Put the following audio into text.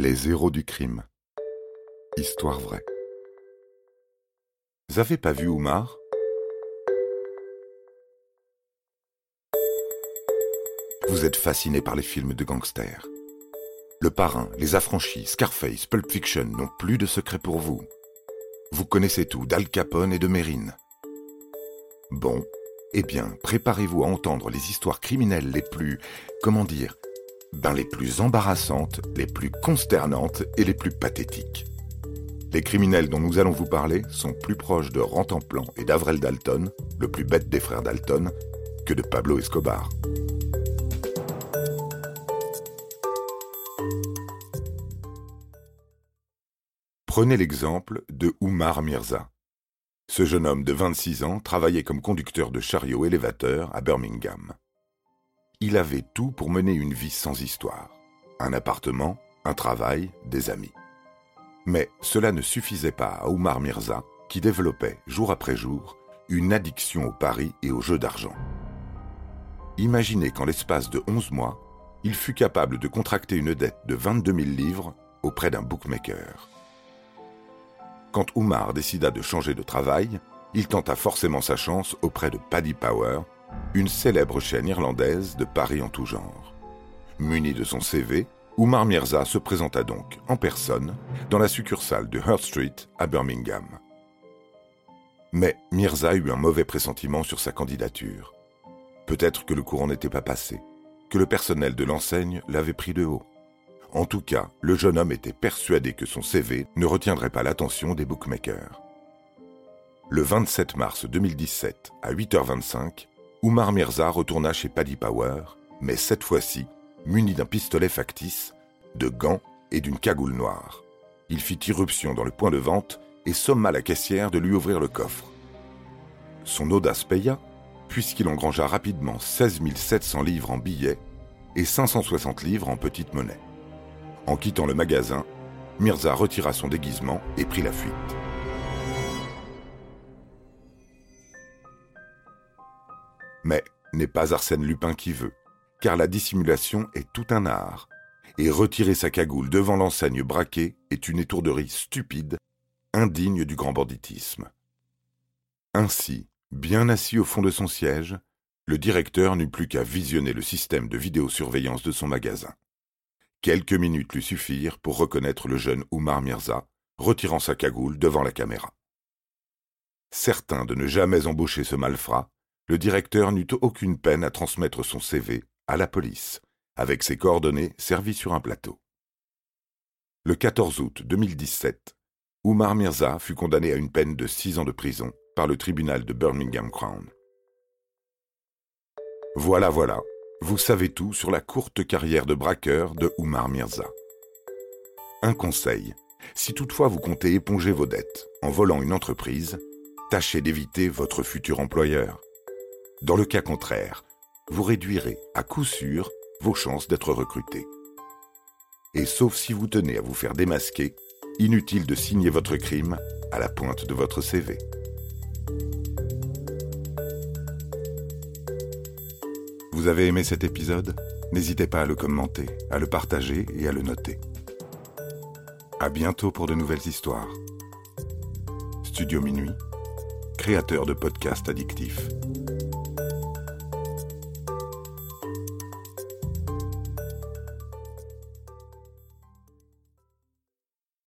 Les héros du crime. Histoire vraie. Vous avez pas vu Oumar ? Vous êtes fasciné par les films de gangsters. Le Parrain, Les Affranchis, Scarface, Pulp Fiction n'ont plus de secret pour vous. Vous connaissez tout d'Al Capone et de Mérine. Bon, eh bien, préparez-vous à entendre les histoires criminelles les plus, les plus embarrassantes, les plus consternantes et les plus pathétiques. Les criminels dont nous allons vous parler sont plus proches de Rantanplan et d'Avrel Dalton, le plus bête des frères Dalton, que de Pablo Escobar. Prenez l'exemple de Oumar Mirza. Ce jeune homme de 26 ans travaillait comme conducteur de chariot élévateur à Birmingham. Il avait tout pour mener une vie sans histoire. Un appartement, un travail, des amis. Mais cela ne suffisait pas à Oumar Mirza, qui développait, jour après jour, une addiction au paris et aux jeux d'argent. Imaginez qu'en l'espace de 11 mois, il fut capable de contracter une dette de 22 000 livres auprès d'un bookmaker. Quand Oumar décida de changer de travail, il tenta forcément sa chance auprès de Paddy Power, une célèbre chaîne irlandaise de paris en tout genre. Muni de son CV, Oumar Mirza se présenta donc en personne dans la succursale de Hearst Street à Birmingham. Mais Mirza eut un mauvais pressentiment sur sa candidature. Peut-être que le courant n'était pas passé, que le personnel de l'enseigne l'avait pris de haut. En tout cas, le jeune homme était persuadé que son CV ne retiendrait pas l'attention des bookmakers. Le 27 mars 2017, à 8h25, Oumar Mirza retourna chez Paddy Power, mais cette fois-ci, muni d'un pistolet factice, de gants et d'une cagoule noire. Il fit irruption dans le point de vente et somma la caissière de lui ouvrir le coffre. Son audace paya, puisqu'il engrangea rapidement 16 700 livres en billets et 560 livres en petite monnaie. En quittant le magasin, Mirza retira son déguisement et prit la fuite. Mais n'est pas Arsène Lupin qui veut, car la dissimulation est tout un art, et retirer sa cagoule devant l'enseigne braquée est une étourderie stupide, indigne du grand banditisme. Ainsi, bien assis au fond de son siège, le directeur n'eut plus qu'à visionner le système de vidéosurveillance de son magasin. Quelques minutes lui suffirent pour reconnaître le jeune Oumar Mirza, retirant sa cagoule devant la caméra. Certain de ne jamais embaucher ce malfrat, le directeur n'eut aucune peine à transmettre son CV à la police, avec ses coordonnées servies sur un plateau. Le 14 août 2017, Oumar Mirza fut condamné à une peine de 6 ans de prison par le tribunal de Birmingham Crown. Voilà, vous savez tout sur la courte carrière de braqueur de Oumar Mirza. Un conseil, si toutefois vous comptez éponger vos dettes en volant une entreprise, tâchez d'éviter votre futur employeur. Dans le cas contraire, vous réduirez à coup sûr vos chances d'être recruté. Et sauf si vous tenez à vous faire démasquer, inutile de signer votre crime à la pointe de votre CV. Vous avez aimé cet épisode ? N'hésitez pas à le commenter, à le partager et à le noter. À bientôt pour de nouvelles histoires. Studio Minuit, créateur de podcasts addictifs.